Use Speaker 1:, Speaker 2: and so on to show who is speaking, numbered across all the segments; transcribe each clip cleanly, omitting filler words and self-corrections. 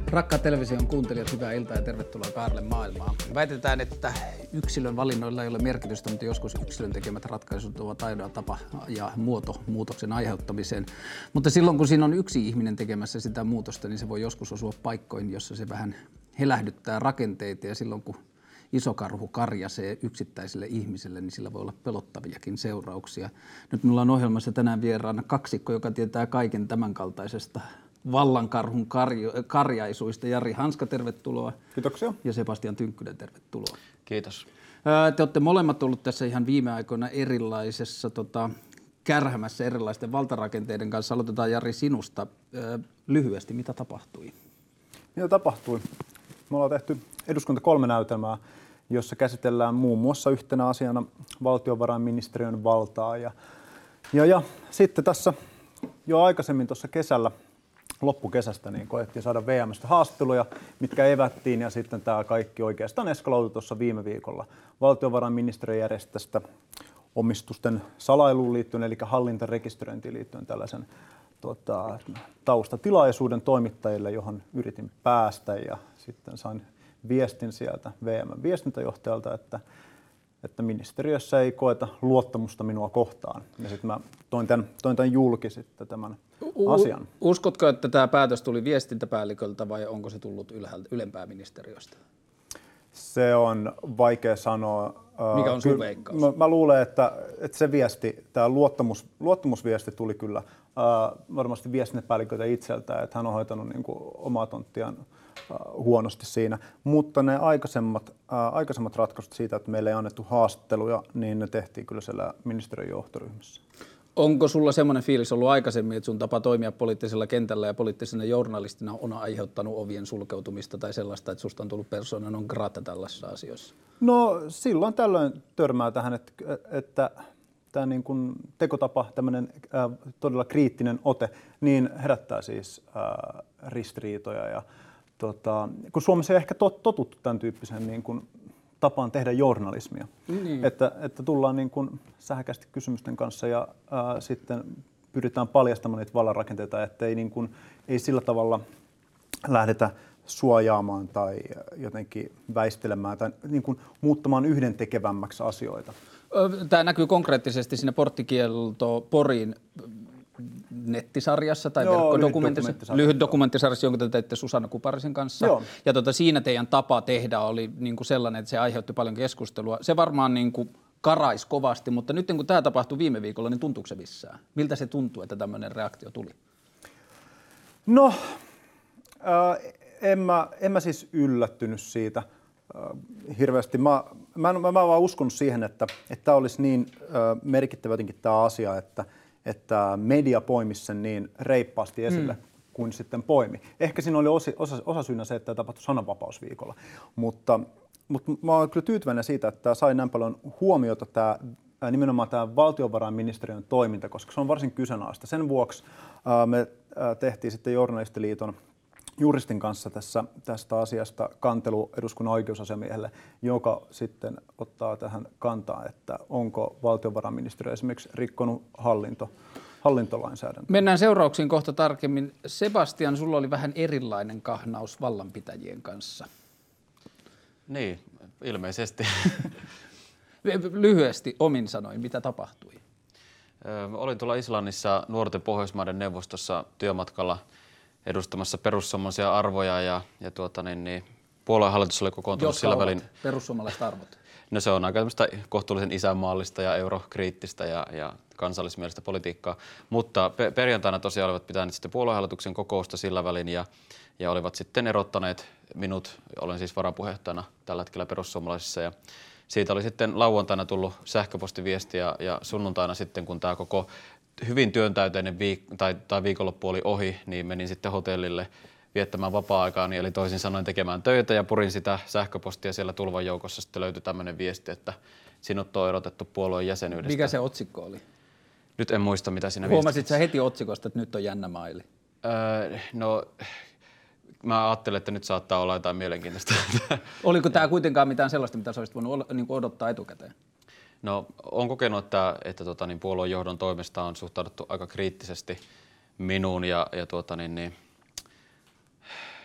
Speaker 1: Rakkaat television kuuntelijat, hyvää iltaa ja tervetuloa Kaarle maailmaan. Väitetään, että yksilön valinnoilla ei ole merkitystä, mutta joskus yksilön tekemät ratkaisut ovat ainoa tapa ja muoto muutoksen aiheuttamiseen. Mutta silloin, kun siinä on yksi ihminen tekemässä sitä muutosta, niin se voi joskus osua paikkoihin, jossa se vähän helähdyttää rakenteita. Ja silloin, kun iso karhu karjasee yksittäiselle ihmiselle, niin sillä voi olla pelottaviakin seurauksia. Nyt minulla on ohjelmassa tänään vieraana kaksikko, joka tietää kaiken tämän kaltaisesta vallankarhun karjaisuista. Jari Hanska, tervetuloa.
Speaker 2: Kiitoksia.
Speaker 1: Ja Sebastian Tynkkynen, tervetuloa.
Speaker 3: Kiitos.
Speaker 1: Te olette molemmat olleet tässä ihan viime aikoina erilaisessa kärhämässä erilaisten valtarakenteiden kanssa. Aloitetaan Jari sinusta. Lyhyesti, mitä tapahtui?
Speaker 2: Mitä tapahtui? Me ollaan tehty Eduskunta 3 näytelmää, jossa käsitellään muun muassa yhtenä asiana valtiovarainministeriön valtaa. Ja sitten tässä jo aikaisemmin tuossa kesällä, loppukesästä, niin koettiin saada VM:stä haastatteluja, mitkä evättiin, ja sitten tämä kaikki oikeastaan eskaloitui tuossa viime viikolla valtiovarainministeriön järjestästä omistusten salailuun liittyen, eli hallintarekisteröintiin liittyen tällaisen taustatilaisuuden toimittajille, johon yritin päästä, ja sitten sain viestin sieltä VM:n viestintäjohtajalta, että ministeriössä ei koeta luottamusta minua kohtaan. Ja sitten mä toin tämän julki sitten tämän asian.
Speaker 1: Uskotko, että tämä päätös tuli viestintäpäälliköltä vai onko se tullut ylempää ministeriöstä?
Speaker 2: Se on vaikea sanoa.
Speaker 1: Mikä on sun veikkaus?
Speaker 2: Mä luulen, että se viesti, tämä luottamusviesti tuli kyllä varmasti viestintäpäälliköltä itseltä, että hän on hoitanut niin kuin omaa tonttiaan huonosti siinä, mutta ne aikaisemmat ratkaisut siitä, että meille ei annettu haastatteluja, niin ne tehtiin kyllä siellä ministeriön johtoryhmässä.
Speaker 1: Onko sulla semmoinen fiilis ollut aikaisemmin, että sun tapa toimia poliittisella kentällä ja poliittisena journalistina on aiheuttanut ovien sulkeutumista tai sellaista, että susta on tullut persona non grata tällaisissa asioissa? No
Speaker 2: silloin tällöin törmää tähän, että tämä niin kuin tekotapa, tämmöinen todella kriittinen ote, niin herättää siis ristiriitoja. Ja kun Suomessa ei ehkä totuttu tämän tyyppiseen niin kuin tapaan tehdä journalismia, niin. että tullaan niin kuin sähäkästi kysymysten kanssa ja sitten pyritään paljastamaan niitä vallanrakenteita, että ei sillä tavalla lähdetä suojaamaan tai jotenkin väistelemään tai niin kuin muuttamaan yhdentekevämmäksi asioita.
Speaker 1: Tämä näkyy konkreettisesti siinä Porttikielto Porin nettisarjassa tai verkkodokumenttisarjassa, lyhyt dokumenttisarjassa, jonka te teitte Susanna Kuparisen kanssa. Joo. Ja siinä teidän tapa tehdä oli niin kuin sellainen, että se aiheutti paljon keskustelua. Se varmaan niin kuin karaisi kovasti, mutta nyt kun tämä tapahtui viime viikolla, niin tuntuuko se missään? Miltä se tuntuu, että tämmöinen reaktio tuli?
Speaker 2: No, en mä siis yllättynyt siitä hirveästi. Mä vaan uskonut siihen, että tämä olisi niin merkittävä jotenkin tämä asia, että media poimisi sen niin reippaasti esille kuin sitten poimi. Ehkä siinä oli osasyynä se, että tämä tapahtui sananvapausviikolla, mutta mä olen kyllä tyytyväinen siitä, että tämä sai näin paljon huomiota nimenomaan tämä valtiovarainministeriön toiminta, koska se on varsin kyseenalaista. Sen vuoksi me tehtiin sitten Journalistiliiton juristin kanssa tästä asiasta kantelu eduskunnan oikeusasiamiehelle, joka sitten ottaa tähän kantaa, että onko valtiovarainministeriö esimerkiksi rikkonut hallintolainsäädäntöä.
Speaker 1: Mennään seurauksiin kohta tarkemmin. Sebastian, sulla oli vähän erilainen kahnaus vallanpitäjien kanssa.
Speaker 3: Niin, ilmeisesti.
Speaker 1: Lyhyesti omin sanoin, mitä tapahtui?
Speaker 3: Olin tuolla Islannissa Nuorten Pohjoismaiden neuvostossa työmatkalla edustamassa perussuomalaisia arvoja ja puoluehallitus oli kokoontunut sillä välin.
Speaker 1: Perussuomalaiset arvot?
Speaker 3: No se on aika kohtuullisen isänmaallista ja eurokriittistä ja kansallismielistä politiikkaa, mutta perjantaina tosiaan olivat pitäneet sitten puoluehallituksen kokousta sillä välin ja olivat sitten erottaneet minut, olen siis varapuheenjohtajana tällä hetkellä perussuomalaisissa ja siitä oli sitten lauantaina tullut sähköpostiviesti ja sunnuntaina sitten kun tämä koko hyvin työntäyteinen viikonloppu oli ohi, niin menin sitten hotellille viettämään vapaa-aikaa, eli toisin sanoen tekemään töitä ja purin sitä sähköpostia siellä tulvan joukossa. Sitten löytyi tämmöinen viesti, että sinut on erotettu puolueen jäsenyydestä.
Speaker 1: Mikä se otsikko oli?
Speaker 3: Nyt en muista, mitä siinä
Speaker 1: Huomasit sä heti otsikosta, että nyt on jännä maili?
Speaker 3: No, mä ajattelin, että nyt saattaa olla jotain mielenkiintoista.
Speaker 1: Oliko tämä kuitenkaan mitään sellaista, mitä sä olisit voinut odottaa etukäteen?
Speaker 3: No, olen kokenut, että puolueen johdon toimesta on suhtauduttu aika kriittisesti minuun ja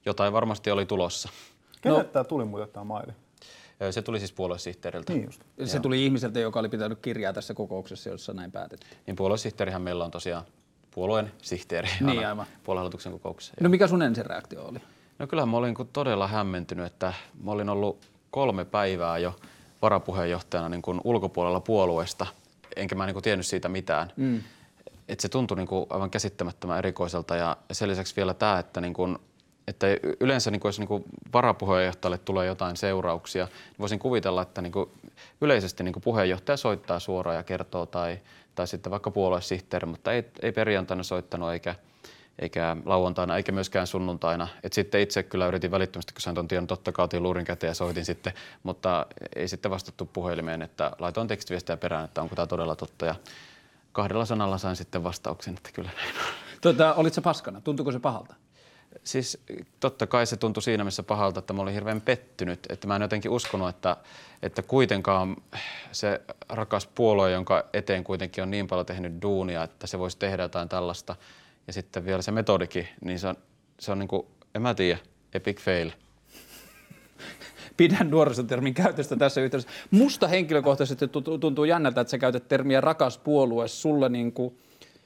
Speaker 3: jotain varmasti oli tulossa.
Speaker 2: Kenelle tämä tuli muuten tämä maili?
Speaker 3: Se tuli siis puoluesihteeriltä.
Speaker 2: Niin just.
Speaker 1: Se tuli ihmiseltä, joka oli pitänyt kirjaa tässä kokouksessa, jossa näin päätettiin.
Speaker 3: Niin puoluesihteerihän meillä on tosiaan puolueen sihteeri
Speaker 1: niin, aivan.
Speaker 3: puoluehallituksen kokouksessa.
Speaker 1: No mikä sun ensireaktio oli?
Speaker 3: No kyllähän mä olin todella hämmentynyt, että mä olin ollut 3 päivää jo varapuheenjohtajana niin kuin ulkopuolella puolueesta, enkä mä niin kuin tiennyt siitä mitään. Et se tuntui niin kuin aivan käsittämättömän erikoiselta ja sen lisäksi vielä tämä, että niin kuin että yleensä jos varapuheenjohtajalle tulee jotain seurauksia, niin voisin kuvitella, että yleisesti puheenjohtaja soittaa suoraan ja kertoo tai sitten vaikka puoluesihteeri, mutta ei perjantaina soittanut eikä lauantaina eikä myöskään sunnuntaina. Et sitten itse kyllä yritin välittömästi, kun sain tuon tiedon, totta kai otin luurin käteen ja soitin sitten, mutta ei sitten vastattu puhelimeen, että laitoin tekstiviestiä perään, että onko tämä todella totta ja 2 sanalla sain sitten vastauksen, että kyllä näin on.
Speaker 1: Olitko paskana? Tuntuuko se pahalta?
Speaker 3: Siis totta kai se tuntui siinä missä pahalta, että mä olin hirveän pettynyt, että mä en jotenkin uskonut, että kuitenkaan se rakas puolue, jonka eteen kuitenkin on niin paljon tehnyt duunia, että se voisi tehdä jotain tällaista. Ja sitten vielä se metodikin, niin se on niin kuin, en mä tiedä, epic fail.
Speaker 1: Pidän nuorisotermin käytöstä tässä yhteydessä. Musta henkilökohtaisesti tuntuu jännältä, että sä käytät termiä rakas puolue sulle niinku.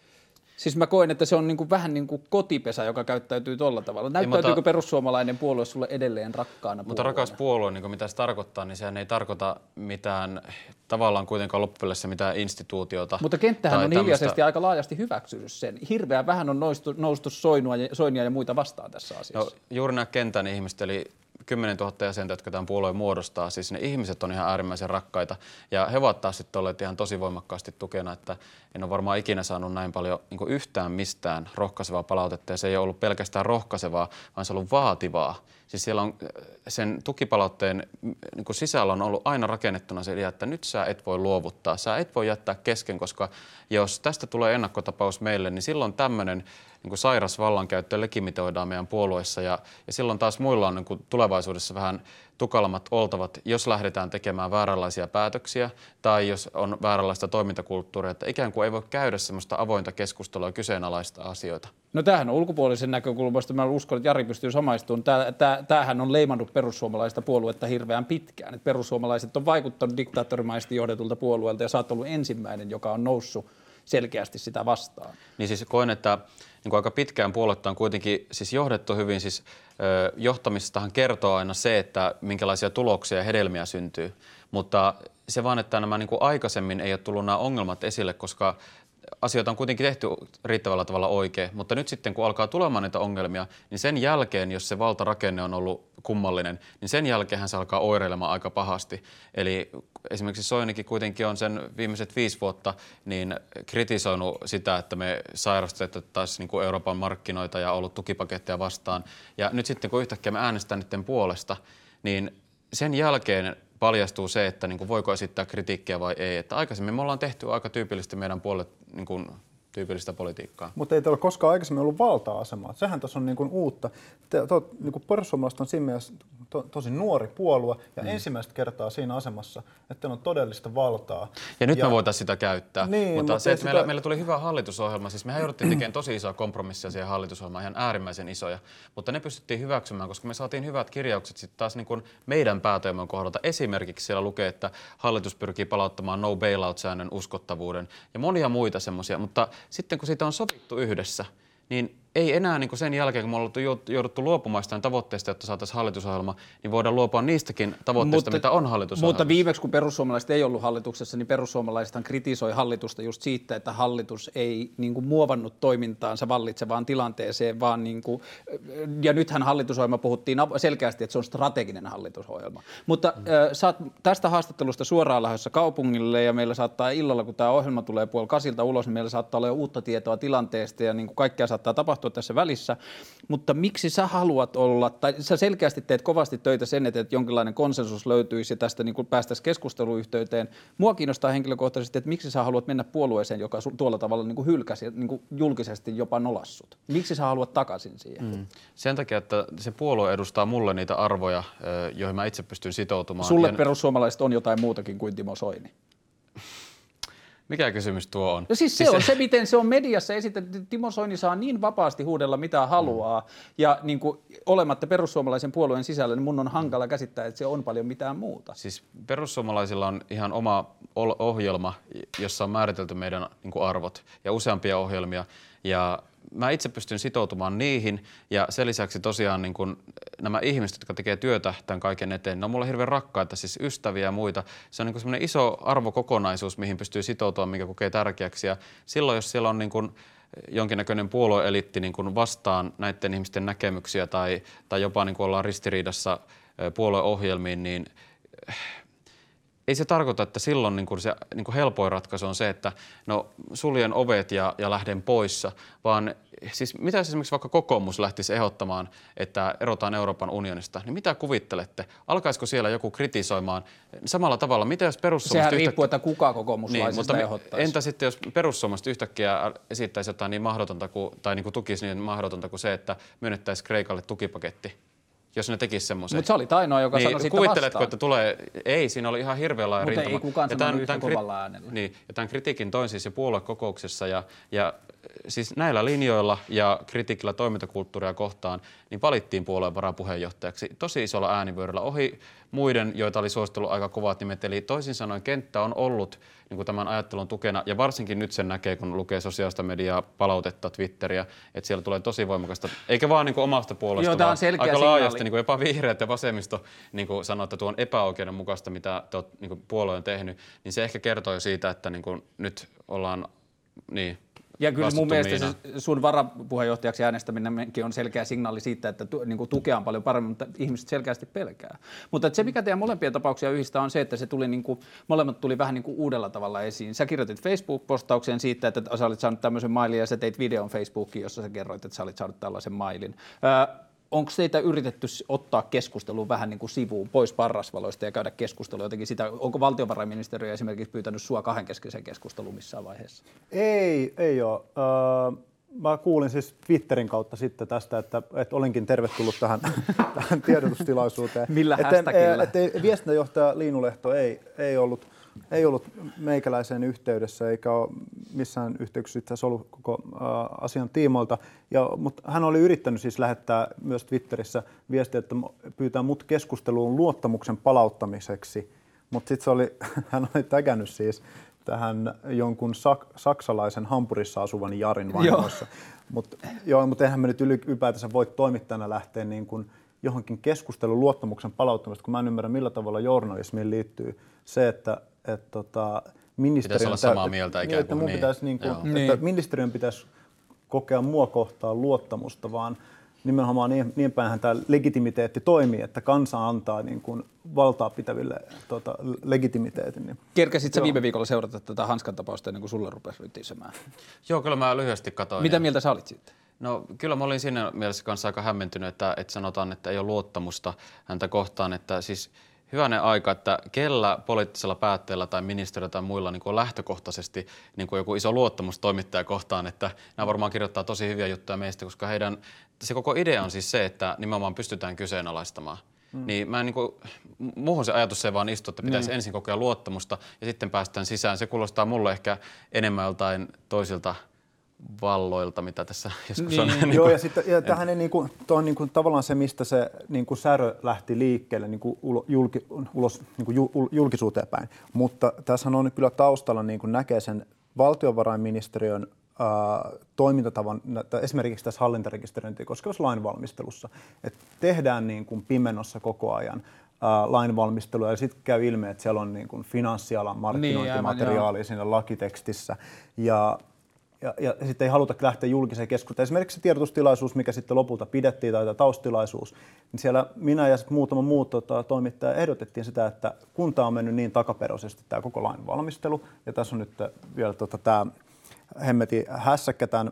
Speaker 1: Siis mä koen, että se on niinku vähän niin kuin kotipesä, joka käyttäytyy tolla tavalla. Näyttäytyykö perussuomalainen puolue sulle edelleen rakkaana
Speaker 3: mutta
Speaker 1: puolueena?
Speaker 3: Rakas puolue, niin mitä se tarkoittaa, niin sehän ei tarkoita mitään, tavallaan kuitenkaan loppupeleissä mitään instituutiota.
Speaker 1: Mutta kenttähän on hiljaisesti aika laajasti hyväksynyt sen. Hirveän vähän on noustu Soinia ja muita vastaan tässä asiassa. No,
Speaker 3: juuri nämä kentän ihmiset, eli 10 000 jäsentä, jotka tämän puolueen muodostaa, siis ne ihmiset on ihan äärimmäisen rakkaita ja he ovat taas sitten olleet ihan tosi voimakkaasti tukena, että en ole varmaan ikinä saanut näin paljon niin kuin yhtään mistään rohkaisevaa palautetta ja se ei ole ollut pelkästään rohkaisevaa, vaan se on ollut vaativaa. Siis siellä on sen tukipalautteen niin kuin sisällä on ollut aina rakennettuna se idea, että nyt sä et voi luovuttaa, sä et voi jättää kesken, koska jos tästä tulee ennakkotapaus meille, niin silloin tämmöinen niin kuin sairas vallankäyttö legimitoidaan meidän puolueessa ja silloin taas muilla on niin kuin tulevaisuudessa vähän tukalammat oltavat, jos lähdetään tekemään vääränlaisia päätöksiä tai jos on vääränlaista toimintakulttuuria, että ikään kuin ei voi käydä semmoista avointa keskustelua ja kyseenalaista asioita.
Speaker 1: No tämähän on ulkopuolisen näkökulmasta, mä uskon, että Jari pystyy samaistumaan. Tämähän on leimannut perussuomalaista puoluetta hirveän pitkään. Et perussuomalaiset on vaikuttanut diktaattorimaisesti johdetulta puolueelta ja sä oot ollut ensimmäinen, joka on noussut selkeästi sitä vastaan.
Speaker 3: Niin siis koen, että niin kuin aika pitkään puoluetta on kuitenkin siis johdettu hyvin, siis johtamisestahan kertoo aina se, että minkälaisia tuloksia ja hedelmiä syntyy, mutta se vaan, että nämä niin kuin aikaisemmin ei ole tullut nämä ongelmat esille, koska asioita on kuitenkin tehty riittävällä tavalla oikein, mutta nyt sitten kun alkaa tulemaan niitä ongelmia, niin sen jälkeen, jos se valtarakenne on ollut kummallinen, niin sen jälkeen se alkaa oireilemaan aika pahasti. Eli esimerkiksi Soinikin kuitenkin on sen viimeiset 5 vuotta niin kritisoinut sitä, että me sairastettaisiin niin kuin Euroopan markkinoita ja ollut tukipaketteja vastaan. Ja nyt sitten kun yhtäkkiä me äänestetään niiden puolesta, niin sen jälkeen paljastuu se, että niin kuin voiko esittää kritiikkiä vai ei. Että aikaisemmin me ollaan tehty aika tyypillisesti meidän puolelle niin kuin tyypillistä politiikkaa.
Speaker 2: Mutta ei teillä ole koskaan aikaisemmin ollut valta-asemaa. Sehän tässä on niin kuin uutta. Niin perussuomalaiset on siinä mielessä tosi nuori puolue ja ensimmäistä kertaa siinä asemassa, että teillä on todellista valtaa.
Speaker 3: Ja nyt me voitaisiin sitä käyttää.
Speaker 2: Niin,
Speaker 3: mutta se, että meillä tuli hyvä hallitusohjelma, siis mehän jouduttiin tekemään tosi isoa kompromissia siihen hallitusohjelmaan, ihan äärimmäisen isoja, mutta ne pystyttiin hyväksymään, koska me saatiin hyvät kirjaukset sitten taas niin kuin meidän päätoimen kohdalta. Esimerkiksi siellä lukee, että hallitus pyrkii palauttamaan no bailout-säännön uskottavuuden ja monia muita semmoisia, mutta sitten kun siitä on sovittu yhdessä, niin ei enää niin kuin sen jälkeen, kun me ollaan jouduttu luopumaan sitä tavoitteista, jotta saataisiin hallitusohjelma, niin voidaan luopua niistäkin tavoitteista, mitä on hallitusohjelmassa.
Speaker 1: Mutta viimeksi, kun perussuomalaiset ei ollut hallituksessa, niin perussuomalaisethan kritisoi hallitusta just siitä, että hallitus ei niin kuin muovannut toimintaansa vallitsevaan tilanteeseen, vaan niin kuin, ja nythän hallitusohjelma puhuttiin selkeästi, että se on strateginen hallitusohjelma. Mutta sä oot tästä haastattelusta suoraan lähdössä kaupungille, ja meillä saattaa illalla, kun tämä ohjelma tulee 7:30 ulos, niin meillä saattaa olla jo uutta tietoa tilanteesta, ja niin kuin kaikkea saattaa tapahtua tässä välissä, mutta miksi sä haluat olla, tai sä selkeästi teet kovasti töitä sen, että jonkinlainen konsensus löytyisi ja tästä niin kuin päästäisiin keskusteluyhteyteen. Mua kiinnostaa henkilökohtaisesti, että miksi sä haluat mennä puolueeseen, joka tuolla tavalla niin kuin hylkäsi, niin kuin julkisesti jopa nolassut. Miksi sä haluat takaisin siihen?
Speaker 3: Sen takia, että se puolue edustaa mulle niitä arvoja, joihin mä itse pystyn sitoutumaan.
Speaker 1: Sulle perussuomalaiset on jotain muutakin kuin Timo Soini.
Speaker 3: Mikä kysymys tuo on?
Speaker 1: No siis se on se, miten se on mediassa esitetty. Timo Soini saa niin vapaasti huudella mitä haluaa ja niin kuin, olematta perussuomalaisen puolueen sisällä, niin mun on hankala käsittää, että se on paljon mitään muuta.
Speaker 3: Siis perussuomalaisilla on ihan oma ohjelma, jossa on määritelty meidän niin kuin arvot ja useampia ohjelmia. Ja mä itse pystyn sitoutumaan niihin ja sen lisäksi tosiaan niin kun nämä ihmiset, jotka tekee työtä tämän kaiken eteen, ne on mulle hirveän rakkaita, siis ystäviä ja muita. Se on niin semmoinen iso arvokokonaisuus, mihin pystyy sitoutumaan, mikä kokee tärkeäksi. Ja silloin, jos siellä on niin kun jonkinnäköinen puolueeliitti niin kun vastaan näiden ihmisten näkemyksiä tai jopa niin kun ollaan ristiriidassa puolueohjelmiin, niin ei se tarkoita, että silloin niin kuin se niin kuin helpoin ratkaisu on se, että no suljen ovet ja lähden poissa, vaan siis mitä jos esimerkiksi vaikka kokoomus lähtisi ehdottamaan, että erotaan Euroopan unionista, niin mitä kuvittelette? Alkaisiko siellä joku kritisoimaan samalla tavalla? Mitä jos perussuomalaiset
Speaker 1: sehän riippuu, että kuka kokoomuslaisista
Speaker 3: niin,
Speaker 1: ehdottaisi.
Speaker 3: Entä sitten, jos perussuomalaiset yhtäkkiä esittäisi jotain niin mahdotonta tai niin kuin tukisi niin mahdotonta kuin se, että myönnettäisiin Kreikalle tukipaketti? Jos ne tekisi semmoisen.
Speaker 1: Mutta sä olit ainoa, joka sanoi siitä
Speaker 3: kuvitteletko,
Speaker 1: vastaan.
Speaker 3: että tulee, ei, siinä oli ihan hirveän laaja rintama.
Speaker 1: Mutta ei kukaan sanonut yhtä kovalla äänellä.
Speaker 3: Niin, ja tämän kritiikin toin siis jo puoluekokouksessa ja siis näillä linjoilla ja kritiikillä toimintakulttuuria kohtaan, niin valittiin puolueen varapuheenjohtajaksi tosi isolla äänivyöryllä ohi muiden, joita oli suositellut aika kovat nimet. Eli toisin sanoen kenttä on ollut niin kuin tämän ajattelun tukena, ja varsinkin nyt sen näkee, kun lukee sosiaalista mediaa, palautetta, Twitteriä, että siellä tulee tosi voimakasta, eikä vaan niin kuin omasta puolesta, vaan aika laajasti niin kuin jopa vihreät ja vasemmisto niin kuin sanoo, että tuo on epäoikeudenmukaista, mitä te olet niin kuin puolue on tehnyt, niin se ehkä kertoo jo siitä, että niin kuin nyt ollaan niin.
Speaker 1: Ja kyllä mun mielestä se sun varapuheenjohtajaksi äänestäminenkin on selkeä signaali siitä, että niin tukea on paljon paremmin, mutta ihmiset selkeästi pelkää. Mutta se, mikä teidän molempia tapauksia yhdistää, on se, että se tuli niin kuin, molemmat tuli vähän niin kuin uudella tavalla esiin. Sä kirjoitit Facebook-postaukseen siitä, että sä olit saanut tämmöisen mailin ja sä teit videon Facebookiin, jossa sä kerroit, että sä olit saanut tällaisen mailin. Onko teitä yritetty ottaa keskusteluun vähän niin kuin sivuun pois parrasvaloista ja käydä keskustelua jotenkin sitä? Onko valtiovarainministeriö esimerkiksi pyytänyt sua kahdenkeskiseen keskusteluun missään vaiheessa?
Speaker 2: Ei ole. Mä kuulin siis Twitterin kautta sitten tästä, että olinkin tervetullut tähän tiedotustilaisuuteen.
Speaker 1: Millä hashtagillä?
Speaker 2: Viestintäjohtaja Liinu Lehto ei ollut meikäläiseen yhteydessä eikä ole missään yhteyksissä itse asiassa ollut koko asian tiimoilta. Mutta hän oli yrittänyt siis lähettää myös Twitterissä viestiä, että pyytää mut keskusteluun luottamuksen palauttamiseksi. Mutta sitten hän oli tägännyt siis tähän jonkun saksalaisen Hampurissa asuvan Jarin vaimoissa. Mutta eihän me nyt ylipäätänsä voi toimittajana lähteä niin kuin johonkin keskustelun luottamuksen palauttamista, kun mä en ymmärrä, millä tavalla journalismiin liittyy se, että ministeriön
Speaker 3: pitäisi olla samaa mieltä ikään kuin.
Speaker 2: Että ministeriön pitäisi kokea mua kohtaan luottamusta, vaan nimenomaan niin päinhän tämä legitimiteetti toimii, että kansa antaa niin kuin valtaa pitäville legitimiteetin. Niin.
Speaker 1: Kerkäsit sä viime viikolla seurata tätä Hanskan tapausta ennen kuin sulle rupesi rytisemään?
Speaker 3: Joo, kyllä mä lyhyesti katsoin.
Speaker 1: Mitä mieltä sä olit sitten?
Speaker 3: No kyllä mä olin siinä mielessä kanssa aika hämmentynyt, että sanotaan, että ei ole luottamusta häntä kohtaan, että siis hyvänen aika, että kellä poliittisella päättäjällä tai ministerillä tai muilla niin kuin on lähtökohtaisesti niin kuin joku iso luottamus toimittaja kohtaan, että nämä varmaan kirjoittaa tosi hyviä juttuja meistä, koska se koko idea on siis se, että nimenomaan pystytään kyseenalaistamaan. Niin mä muuhun se ajatus ei vaan istu, että pitäisi ensin kokea luottamusta ja sitten päästään sisään. Se kuulostaa mulle ehkä enemmän joltain toisilta valloilta, mitä tässä joskus on.
Speaker 2: Joo, ja tähän on niin kuin tavallaan se, mistä se niin kuin särö lähti liikkeelle niin kuin ulos niin kuin julkisuuteen päin. Mutta tässä on kyllä taustalla, niin kuin näkee sen valtiovarainministeriön toimintatavan, esimerkiksi tässä hallintarekisteröintiä koskevassa lainvalmistelussa, että tehdään niin kuin pimenossa koko ajan lainvalmistelua ja sitten käy ilmi, että siellä on niin kuin finanssialan markkinointimateriaalia siinä lakitekstissä ja sitten ei haluta lähteä julkiseen keskusteluun. Esimerkiksi se tiedotustilaisuus, mikä sitten lopulta pidettiin, tai taustilaisuus, niin siellä minä ja sitten muutama muu toimittaja ehdotettiin sitä, että kun tämä on mennyt niin takaperoisesti tämä koko lain valmistelu, ja tässä on nyt vielä tämä hemmetin hässäkkä tämän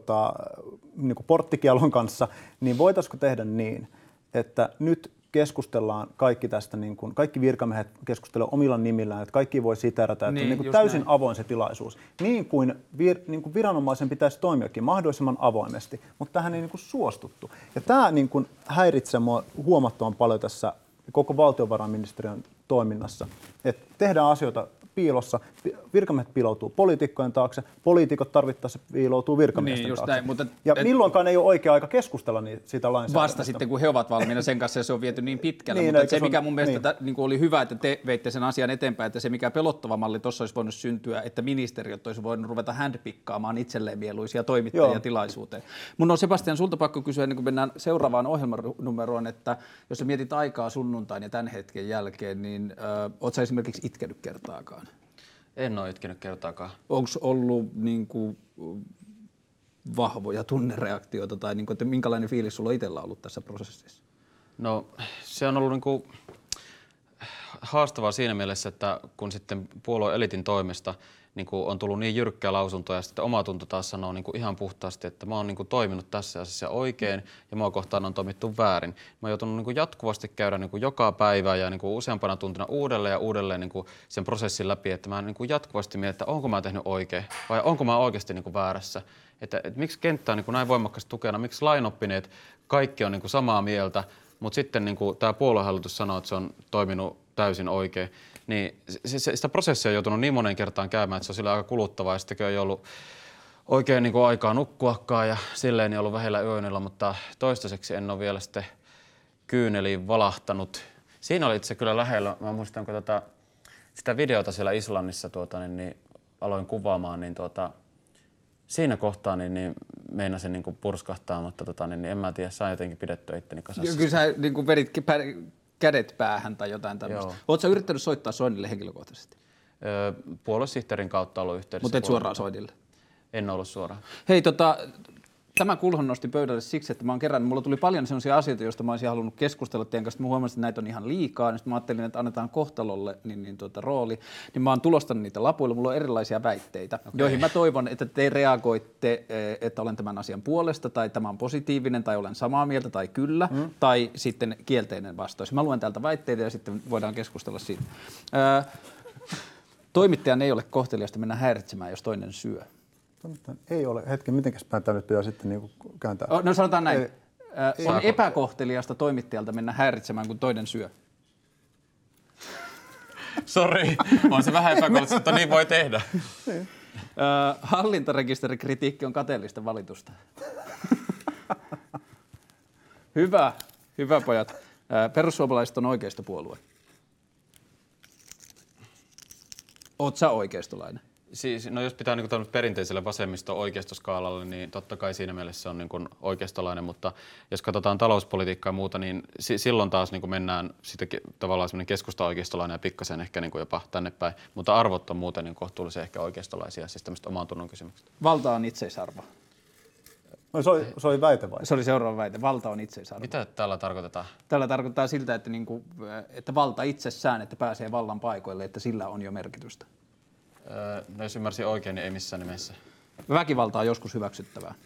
Speaker 2: niin kuin porttikielon kanssa, niin voitaisiinko tehdä niin, että nyt keskustellaan kaikki tästä, niin kuin, kaikki virkamiehet keskustelevat omilla nimillään, että kaikki voi siteerata, että niin kuin täysin näin. Avoin se tilaisuus. Niin kuin viranomaisen pitäisi toimiakin mahdollisimman avoimesti, mutta tähän ei niin kuin suostuttu. Ja tämä niin kuin häiritsee minua huomattavan paljon tässä koko valtiovarainministeriön toiminnassa, että tehdään asioita piilossa. Virkamiehet piiloutuu poliitikkojen taakse, poliitikot tarvittaessa piiloutuu virkamiesten
Speaker 1: Niin,
Speaker 2: taakse.
Speaker 1: näin, mutta
Speaker 2: milloinkaan ei ole oikea aika keskustella siitä lainsäädännöstä.
Speaker 1: Vasta sitten, kun he ovat valmiina sen kanssa, ja se on viety niin pitkälle.
Speaker 2: Niin,
Speaker 1: mutta se, mikä mun mielestä niin oli hyvä, että te veitte sen asian eteenpäin, että se mikä pelottava malli tuossa olisi voinut syntyä, että ministeriöt olisi voinut ruveta handpikkaamaan itselleen mieluisia toimittajia tilaisuuteen. Mun on Sebastian sulta pakko kysyä, niin kun mennään seuraavaan ohjelmanumeroon, että jos sä mietit aikaa sunnuntain ja tämän hetken jälkeen, niin oot sä esimerkiksi itkenyt kertaakaan?
Speaker 3: En ole itkenyt kertaakaan.
Speaker 1: Onko ollut niin kuin vahvoja tunnereaktioita tai niin kuin, että minkälainen fiilis sulla itsellä ollut tässä prosessissa?
Speaker 3: No se on ollut niin kuin haastavaa siinä mielessä, että kun sitten puolueen elitin toimesta niin kuin on tullut niin jyrkkää lausuntoa ja sitten omatunto taas sanoo niin kuin ihan puhtaasti, että mä oon niin kuin toiminut tässä asiassa oikein ja mua kohtaan on toimittu väärin. Mä oon joutunut niin kuin jatkuvasti käydä niin kuin joka päivä ja niin kuin useampana tuntina uudelleen ja uudelleen niin kuin sen prosessin läpi, että mä niin kuin jatkuvasti mietin, että onko mä tehnyt oikein vai onko mä oikeasti niin kuin väärässä. Että miksi kenttä on niin kuin näin voimakkaasti tukena, miksi lainoppineet kaikki on niin kuin samaa mieltä, mutta sitten niin kuin tämä puoluehallitus sanoo, että se on toiminut täysin oikein. Niin sitä prosessia on joutunut niin moneen kertaan käymään, että se on sillä aika kuluttavaa ja sittenkin ei ollut oikein niin kuin aikaa nukkuakaan ja silleen ei ollut vähillä yönnillä, mutta toistaiseksi en ole vielä sitten kyyneliin valahtanut. Siinä oli itse kyllä lähellä, mä muistan kun sitä videota siellä Islannissa niin aloin kuvaamaan, niin siinä kohtaa niin meinasin niin kuin purskahtaa, mutta niin en mä tiedä, sain jotenkin pidettyä itteni kasassa.
Speaker 1: Kyllä sä niin kuin vedit kädet päähän tai jotain tämmöistä. Oletko sä yrittänyt soittaa Soinille henkilökohtaisesti?
Speaker 3: Puoluesihteerin kautta ollut yhteydessä.
Speaker 1: Mutta et suoraan Soinille?
Speaker 3: En ollut suoraan.
Speaker 1: Hei, tämä Kulhon nosti pöydälle siksi, että mä oon kerran, mulla tuli paljon sellaisia asioita, joista mä olisin halunnut keskustella teidän kanssa. Mä huomasin, että näitä on ihan liikaa, niin mä ajattelin, että annetaan Kohtalolle rooli. Niin mä oon tulostanut niitä lapuilla, mulla on erilaisia väitteitä, joihin mä toivon, että te reagoitte, että olen tämän asian puolesta, tai tämä on positiivinen, tai olen samaa mieltä, tai kyllä, tai sitten kielteinen vastaus. Mä luen täältä väitteitä ja sitten voidaan keskustella siitä. Toimittajan ei ole kohteliasta mennä häiritsemään, jos toinen syö.
Speaker 2: Ei ole. Hetken, mitenkäs päin tämä nyt pitää sitten niin kääntää?
Speaker 1: No sanotaan näin. On epäkohteliasta toimittajalta mennä häiritsemään, kun toinen syö.
Speaker 3: Sori, on se vähän epäkohteliasta, mutta niin voi tehdä.
Speaker 1: Hallintarekisterikritiikki on kateellista valitusta. Hyvä pojat. Perussuomalaiset on oikeistopuolue. Oot sä oikeistolainen?
Speaker 3: Siis, no jos pitää niin kuin perinteiselle vasemmisto-oikeistoskaalalle, niin totta kai siinä mielessä se on niin kuin oikeistolainen, mutta jos katsotaan talouspolitiikkaa ja muuta, niin silloin taas niin kuin mennään sitten tavallaan semmoinen keskusta-oikeistolainen ja pikkasen ehkä niin kuin jopa tänne päin, mutta arvot on muuten niin kohtuullisen ehkä oikeistolaisia, siis tämmöistä oman tunnon kysymykset.
Speaker 1: Valta on itseisarvo.
Speaker 2: No, se oli väite vai?
Speaker 1: Se oli seuraava väite. Valta on itseisarvo.
Speaker 3: Mitä tällä tarkoitetaan?
Speaker 1: Tällä tarkoittaa siltä, että valta itsessään, että pääsee vallan paikoille, että sillä on jo merkitystä.
Speaker 3: No jos ymmärsin oikein, niin ei missään nimessä.
Speaker 1: Väkivalta on joskus hyväksyttävää.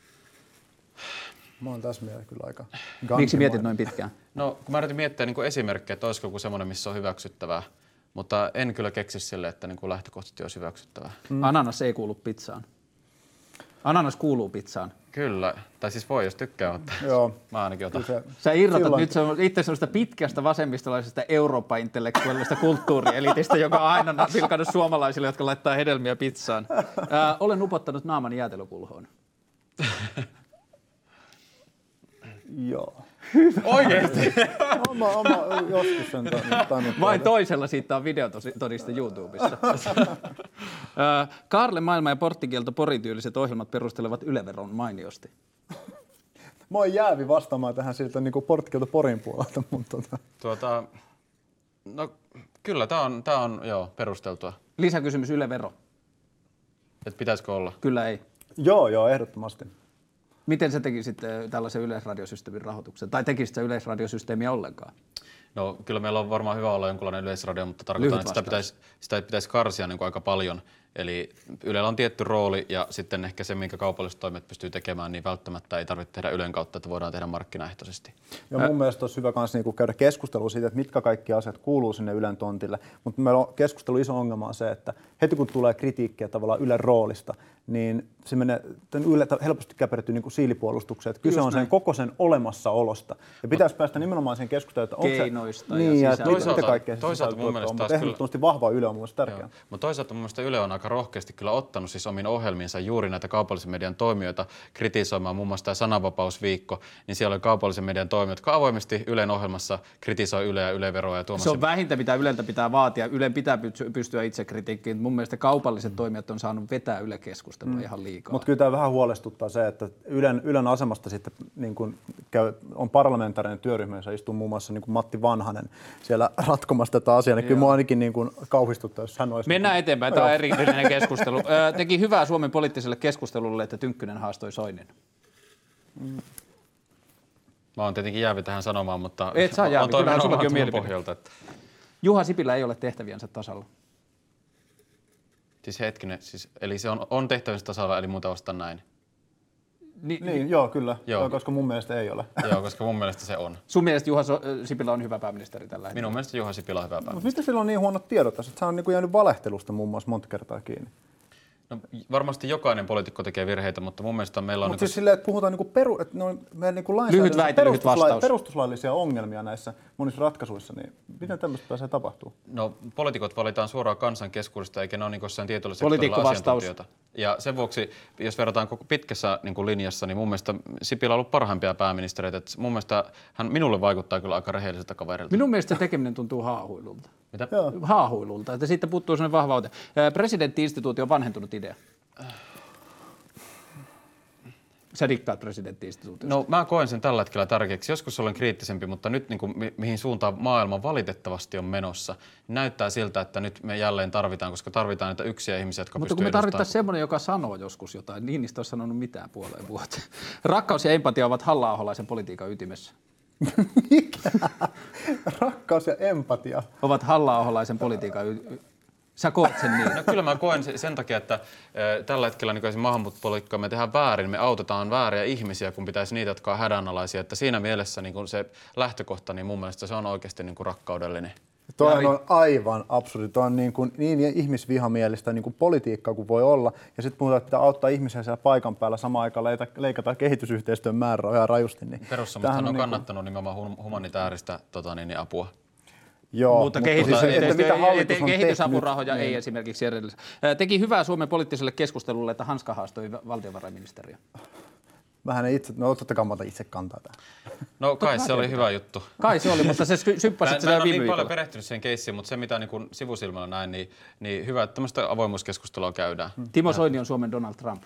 Speaker 2: Mä oon tässä mielessä kyllä aika...
Speaker 1: Miksi mietit noin pitkään?
Speaker 3: No kun mä yritin miettiä niin kuin esimerkkejä, että olisiko joku semmoinen, missä on hyväksyttävää, mutta en kyllä keksi sille, että niin kuin lähtökohtaisesti olisi hyväksyttävää.
Speaker 1: Ananas ei kuulu pizzaan. Ananas kuuluu pizzaan.
Speaker 3: Kyllä, tai siis voi, jos tykkää, mutta
Speaker 2: Joo.
Speaker 3: mä ainakin otan.
Speaker 1: Sä irrotat nyt itse sellaista pitkästä vasemmistolaisesta Eurooppa-intellektuaalista kulttuurielitistä, joka on aina pilkannut suomalaisille, jotka laittaa hedelmiä pizzaan. Olen upottanut naamani jäätelökulhoon.
Speaker 2: Joo.
Speaker 3: Oikeesti?
Speaker 2: Oma joskus sen tannut.
Speaker 1: Vain toisella siitä on videotodiste YouTubessa. Kaarle Maailma ja Porttikielto Pori-tyyliset ohjelmat perustelevat Yle-veron mainiosti.
Speaker 2: Mä oon jäävi vastaamaan tähän siltä niin Porttikielto Porin puolelta. Mutta
Speaker 3: no kyllä, tää on joo, perusteltua.
Speaker 1: Lisäkysymys, Yle-vero.
Speaker 3: Et pitäisikö olla?
Speaker 1: Kyllä ei.
Speaker 2: Joo, ehdottomasti.
Speaker 1: Miten sä tekisit tällaisen yleisradiosysteemin rahoituksen? Tai tekisit sä yleisradiosysteemiä ollenkaan?
Speaker 3: No kyllä meillä on varmaan hyvä olla jonkunlainen yleisradio, mutta tarkoitan, että sitä pitäisi karsia niin kuin aika paljon. Eli Ylellä on tietty rooli ja sitten ehkä se, minkä kaupalliset toimet pystyy tekemään, niin välttämättä ei tarvitse tehdä Ylen kautta, että voidaan tehdä markkinaehtoisesti. Ja
Speaker 2: mun mielestä olisi hyvä myös käydä keskustelua siitä, että mitkä kaikki asiat kuuluu sinne Ylen tontille. Mutta meillä on keskustelu iso ongelma on se, että heti kun tulee kritiikkiä tavallaan Ylen roolista, niin se menee helposti käpertyy niin kuin siilipuolustukseen. Että kyse on sen koko sen olemassaolosta. Ja pitäisi päästä nimenomaan siihen keskusteluun, että onko
Speaker 1: keinoista
Speaker 2: se, niin,
Speaker 1: ja
Speaker 2: mitä kaikkea se
Speaker 3: toisaalta mun mielestä
Speaker 2: mutta ehdottomasti vahva Yle on mun mielestä tärkeää.
Speaker 3: Mutta toisaalta mun mielestä Yle on aika rohkeasti kyllä ottanut siis omiin ohjelmiinsa juuri näitä kaupallisen median toimijoita kritisoimaan. Muun muassa tämä sananvapausviikko, niin siellä oli kaupallisen median toimijat, jotka avoimesti Ylen ohjelmassa kritisoi Yleä ja Yle-veroa. Ja
Speaker 1: se on vähintä, mitä Yleltä pitää vaatia. Ylen pitää pystyä itse kritiikkiin. Mun mielestä kaupalliset toimijat on saanut vetää Yle-keskustelua ihan liikaa.
Speaker 2: Mutta kyllä tämä vähän huolestuttaa se, että Ylen asemasta sitten niin kun on parlamentaarinen työryhmä, jossa istuu muun muassa niin kuin Matti Vanhanen siellä ratkomassa tätä asiaa. Niin kyllä mua ainakin niin kuin kauhistuttaa, jos hän olisi...
Speaker 1: Mennään eteenpäin. Tämä on erillinen keskustelu. Teki hyvää Suomen poliittiselle keskustelulle, että Tynkkynen haastoi Soinin.
Speaker 3: Mä oon tietenkin jäävi tähän sanomaan, mutta
Speaker 1: et saa jäävi, kyllähän sullakin on mielipide.
Speaker 3: Pohjalta, että...
Speaker 1: Juha Sipilä ei ole tehtäviensä tasalla.
Speaker 3: Siis hetkinen, eli se on tehtäviensä tasalla, eli muuta vastaan näin.
Speaker 2: Niin, joo, kyllä, joo. Koska mun mielestä ei ole.
Speaker 3: Joo, koska mun mielestä se on.
Speaker 1: Sun mielestä Juha Sipilä on hyvä pääministeri tällä hetkellä?
Speaker 3: Minun mielestä Juha Sipilä on hyvä pääministeri.
Speaker 2: Mutta mistä sillä on niin huonot tiedot tässä? Se on niin kuin jäänyt valehtelusta muun muassa monta kertaa kiinni.
Speaker 3: No, varmasti jokainen poliitikko tekee virheitä, mutta mun mielestä meillä on...
Speaker 2: Mutta siis silleen, että puhutaan että meidän
Speaker 1: lyhyt väite, lyhyt vastaus.
Speaker 2: Perustuslaillisia ongelmia näissä monissa ratkaisuissa, niin miten tämmöistä pääsee tapahtuu?
Speaker 3: No, poliitikot valitaan suoraan kansan keskuudesta, eikä ne ole niin jossain tietyllä sektorilla asiantuntijoita. Ja sen vuoksi, jos verrataan koko pitkässä niin kuin linjassa, niin mun mielestä Sipilä on ollut parhaimpia pääministereitä. Et mun mielestä hän minulle vaikuttaa kyllä aika rehelliseltä kaverilta.
Speaker 1: Minun mielestä se tekeminen tuntuu haahuilulta.
Speaker 3: Mitä?
Speaker 1: Haahuilulta, että siitä puuttuu sellainen vahva ote. Presidentti-instituutio on vanhentunut idea. Sä dikkaat presidentti-instituutiosta.
Speaker 3: No mä koen sen tällä hetkellä tärkeäksi. Joskus olen kriittisempi, mutta nyt niin kuin, mihin suuntaan maailma valitettavasti on menossa, niin näyttää siltä, että nyt me jälleen tarvitaan, koska tarvitaan niitä yksiä ihmisiä, jotka
Speaker 1: mutta
Speaker 3: pystyy
Speaker 1: kun me tarvittaisiin semmoinen, joka sanoo joskus jotain. Niinistö ei ole sanonut mitään puoleen vuoteen. Rakkaus ja empatia ovat Halla-aholaisen politiikan ytimessä.
Speaker 2: Mikä? Rakkaus ja empatia?
Speaker 1: Ovat Halla-aholaisen politiikan Sä koet sen niin?
Speaker 3: No kyllä mä koen sen takia, että tällä hetkellä niin maahanmuuttopolitiikkaa me tehdään väärin, me autetaan vääriä ihmisiä, kun pitäisi niitä, jotka on hädänalaisia. Että siinä mielessä niin se lähtökohta, niin mun mielestä se on oikeasti niin rakkaudellinen.
Speaker 2: Toi on aivan absurdi. Toi on niin ihmisvihamielistä niin kuin politiikkaa kuin voi olla. Ja sitten puhutaan, että auttaa ihmisiä siellä paikan päällä samaan aikaan leikataan kehitysyhteistyön määrärahoja rajusti. Niin
Speaker 3: perussuomalaiset on kannattanut nimenomaan humanitaarista apua.
Speaker 2: Joo,
Speaker 1: mutta kehitysapurahoja ei esimerkiksi edellisessä. Teki hyvää Suomen poliittiselle keskustelulle, että Hanska haastoi valtiovarainministeriä.
Speaker 2: Vähän itse, totta kai mä otan itse kantaa tähän.
Speaker 3: No kai se oli hyvä juttu.
Speaker 1: Kai se oli, mutta se syppäsit sitä viime
Speaker 3: viikolla. Mä en niin paljon perehtynyt siihen keissiin, mutta se mitä niin sivusilmällä näin, niin hyvä, että tämmöistä avoimuuskeskustelua käydään.
Speaker 1: Timo Soini on Suomen Donald Trump.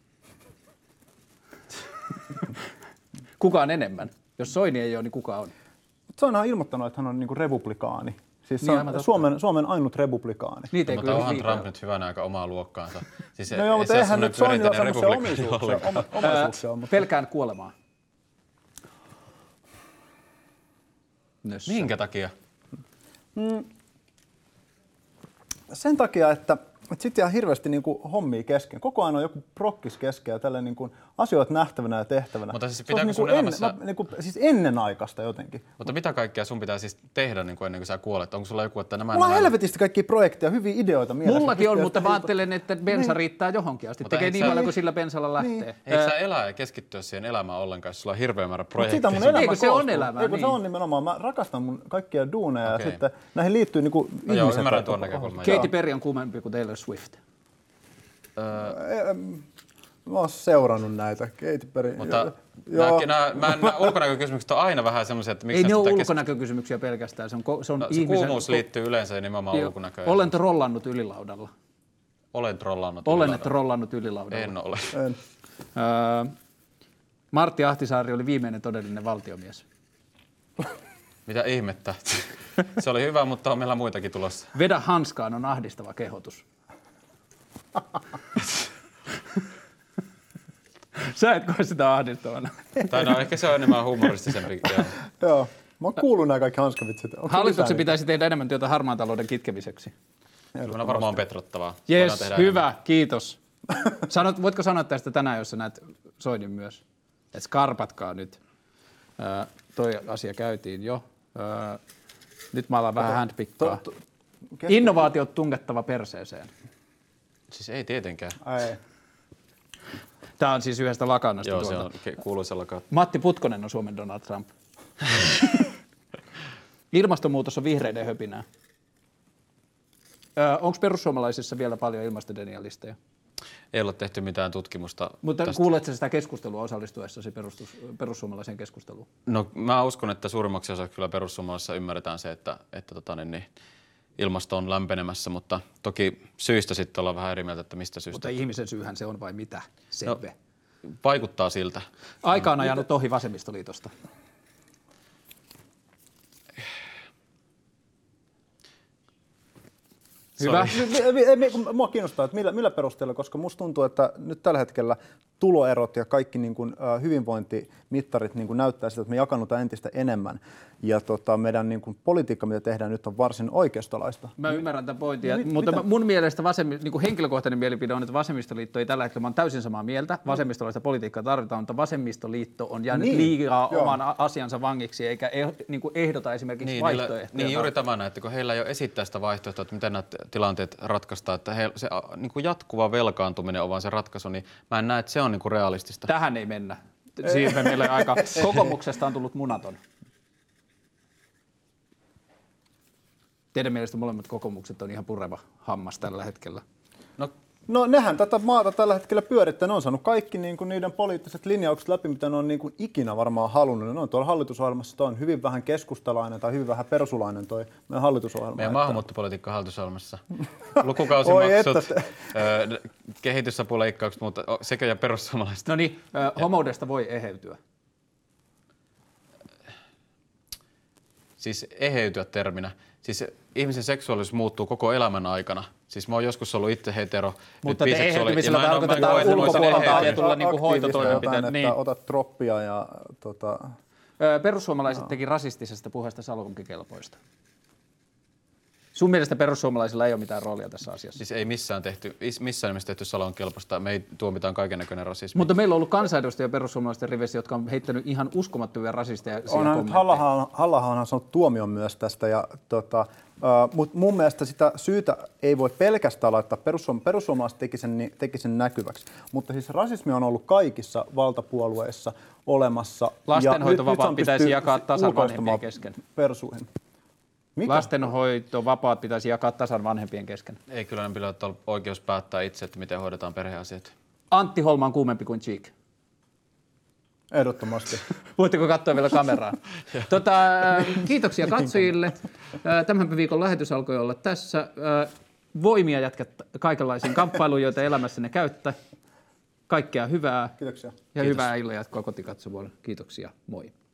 Speaker 1: Kuka on enemmän? Jos Soini ei ole, niin kuka on?
Speaker 2: Soini on ilmoittanut, että hän on niinku republikaani. Siis
Speaker 1: niin,
Speaker 2: Suomen ainut republikaani.
Speaker 1: Niitä
Speaker 3: mutta onhan Trump nyt hyvänä aika omaa luokkaansa. Siis
Speaker 2: no joo, mutta eihän nyt Soini ole semmoisia omaisuuksia.
Speaker 1: Pelkään kuolemaa.
Speaker 3: Minkä takia?
Speaker 2: Sen takia, että sitten jää hirveästi niinku hommia kesken. Koko ajan on joku prokkis kesken ja tällä niinku asioita nähtävänä ja tehtävänä.
Speaker 3: Mutta siis pitääkö sun elämässä...
Speaker 2: siis ennenaikaista jotenkin.
Speaker 3: Mutta mitä kaikkea sun pitää siis tehdä niin ennen kuin sä kuolet? Onko sulla joku, että nämä...
Speaker 2: Mulla on helvetisti kaikkia projekteja, hyviä ideoita mielessä.
Speaker 1: Mullakin on, mutta mä ajattelen, että bensa riittää johonkin asti. Tekee niin paljon kuin sillä bensalla lähtee.
Speaker 3: Eikö sä elää ja keskittyä siihen elämään ollenkaan, jos sulla on hirveä määrä projekteja?
Speaker 2: Mutta sitä mun elämä
Speaker 1: se on elämä.
Speaker 2: Se on nimenomaan. Mä rakastan mun kaikkia duuneja ja sitten näihin liittyy niinku ihmiset.
Speaker 3: Joo, ymmärrän tuon näkökulman.
Speaker 1: Katy Perry on kuumempi kuin Taylor Swift.
Speaker 2: Mä oon seurannut näitä. Katy Perry.
Speaker 3: Mutta nämä ulkonäkökysymykset on aina vähän semmoisia, että miksi
Speaker 1: ei ne ole ulkonäkökysymyksiä pelkästään. Se on
Speaker 3: se kuumuus liittyy yleensä nimenomaan ulkonäköön.
Speaker 1: Olen trollannut ylilaudalla.
Speaker 3: Olen
Speaker 1: trollannut ylilaudalla.
Speaker 3: En ole.
Speaker 1: Martti Ahtisaari oli viimeinen todellinen valtiomies.
Speaker 3: Mitä ihmettä? Se oli hyvä, mutta on meillä muitakin tulossa.
Speaker 1: Vedä hanskaan on ahdistava kehotus. Sä et koe sitä ahdistavana.
Speaker 3: Tai no ehkä se on enemmän humoristisempi.
Speaker 2: Joo. Mä oon kuullut nämä kaikki hanskavitsit.
Speaker 1: Hallituksen pitäisi tehdä enemmän työtä harmaan talouden kitkemiseksi.
Speaker 3: Kyllä varmaan petrottavaa.
Speaker 1: Jes, hyvä, enemmän. Kiitos. Voitko sanoa tästä tänään, jos sä näet Soinin myös? Et skarpatkaa nyt. Toi asia käytiin jo. Nyt mä alan vähän handpikkaa. Innovaatiot tungettava perseeseen.
Speaker 3: Siis ei tietenkään.
Speaker 2: Ei.
Speaker 1: Tämä on siis yhdestä lakanasta.
Speaker 3: Joo,
Speaker 1: tuolta.
Speaker 3: se on kuuluisa lakana.
Speaker 1: Matti Putkonen on Suomen Donald Trump. Ilmastonmuutos on vihreiden höpinää. Onko perussuomalaisissa vielä paljon ilmastodenialisteja?
Speaker 3: Ei ole tehty mitään tutkimusta.
Speaker 1: Mutta
Speaker 3: tästä.
Speaker 1: kuuletko sitä keskustelua osallistuessasi perussuomalaiseen keskusteluun?
Speaker 3: No mä uskon, että suurimmaksi osaksi kyllä perussuomalaisissa ymmärretään se, että ilmasto on lämpenemässä, mutta toki syistä sitten ollaan vähän eri mieltä, että mistä syystä.
Speaker 1: Mutta ihmisen syyhän se on vai mitä? Selve.
Speaker 3: No, vaikuttaa siltä.
Speaker 1: Aika on ajanut ohi vasemmistoliitosta. Hyvä.
Speaker 2: Mua kiinnostaa, että millä perusteella, koska musta tuntuu, että nyt tällä hetkellä tuloerot ja kaikki niin kuin, hyvinvointimittarit niin kuin näyttää sitä, että me jakannutaan entistä enemmän. Ja meidän niin kuin, politiikka, mitä tehdään nyt, on varsin oikeistolaista.
Speaker 1: Mä ymmärrän tämän pointin, mutta mun mielestä niin kuin henkilökohtainen mielipide on, että vasemmistoliitto ei tällä hetkellä, mä oon täysin samaa mieltä, vasemmistolaista politiikkaa tarvitaan, mutta vasemmistoliitto on jäänyt liikaa oman asiansa vangiksi, eikä niin kuin ehdota esimerkiksi vaihtoehtoja.
Speaker 3: Niin juuri tämä, että kun heillä ei ole esittää sitä vaihtoehtoa, että miten nämä tilanteet ratkaistaan, että se niin kuin jatkuva velkaantuminen on vaan se ratkaisu, niin mä en näe, että se on niin kuin realistista.
Speaker 1: Tähän ei mennä. Siitä meillä aika kokoomuksesta on tullut munaton. Teidän mielestä molemmat kokoomukset on ihan pureva hammas tällä hetkellä.
Speaker 2: No nehän tätä maata tällä hetkellä pyörittää. Ne on saanut kaikki niin kuin niiden poliittiset linjaukset läpi, mitä ne on niin kuin ikinä varmaan halunnut. Ne on tuolla hallitusohjelmassa, toi on hyvin vähän keskustalainen tai hyvin vähän persulainen toi meidän hallitusohjelma.
Speaker 3: Meidän maahanmuuttopolitiikka hallitusohjelmassa. Lukukausimaksut, kehitysapuleikkaukset, mutta sekä ja perussuomalaiset.
Speaker 1: No niin, homoudesta voi eheytyä.
Speaker 3: Siis eheytyä terminä. Siis ihmisen seksuaalisuus muuttuu koko elämän aikana. Siis mä oon joskus ollut itse hetero.
Speaker 1: Mutta eheytymisellä tarkoitetaan ulkopuolelta ajetulla niin kuin hoitotoimenpiteet.
Speaker 2: Niin. Otat droppia ja
Speaker 1: Perussuomalaiset teki rasistisesta puheesta salonkikelpoista. Sun mielestä perussuomalaisilla ei ole mitään roolia tässä asiassa?
Speaker 3: Siis ei missään nimessä tehty salonkelpoista. Me ei tuomitaan kaikennäköinen rasismi.
Speaker 1: Mutta meillä on ollut kansanedustajia perussuomalaisten riveissä, jotka on heittänyt ihan uskomattomia rasisteja
Speaker 2: kommentteja. Halla-ahohan on saanut tuomion myös tästä. Mutta mun mielestä sitä syytä ei voi pelkästään laittaa, perussuomalaiset teki sen näkyväksi. Mutta siis rasismi on ollut kaikissa valtapuolueissa olemassa.
Speaker 1: Lastenhoitovapaat pitäisi jakaa tasan vanhempien kesken.
Speaker 2: Persuihin. Mikä?
Speaker 1: Lastenhoitovapaat pitäisi jakaa tasan vanhempien kesken.
Speaker 3: Ei, kyllä ne pitää olla oikeus päättää itse, että miten hoidetaan perheasiat.
Speaker 1: Antti Holma on kuumempi kuin Cheek.
Speaker 2: Ehdottomasti.
Speaker 1: Voitteko katsoa vielä kameraan? Kiitoksia katsojille. Tämän viikon lähetys alkoi olla tässä. Voimia jatkaa kaikenlaisiin kamppailuun, joita elämässänne käyttää. Kaikkea hyvää.
Speaker 2: Kiitoksia.
Speaker 1: Ja hyvää illan jatkoa kotikatsomuille. Kiitoksia. Moi.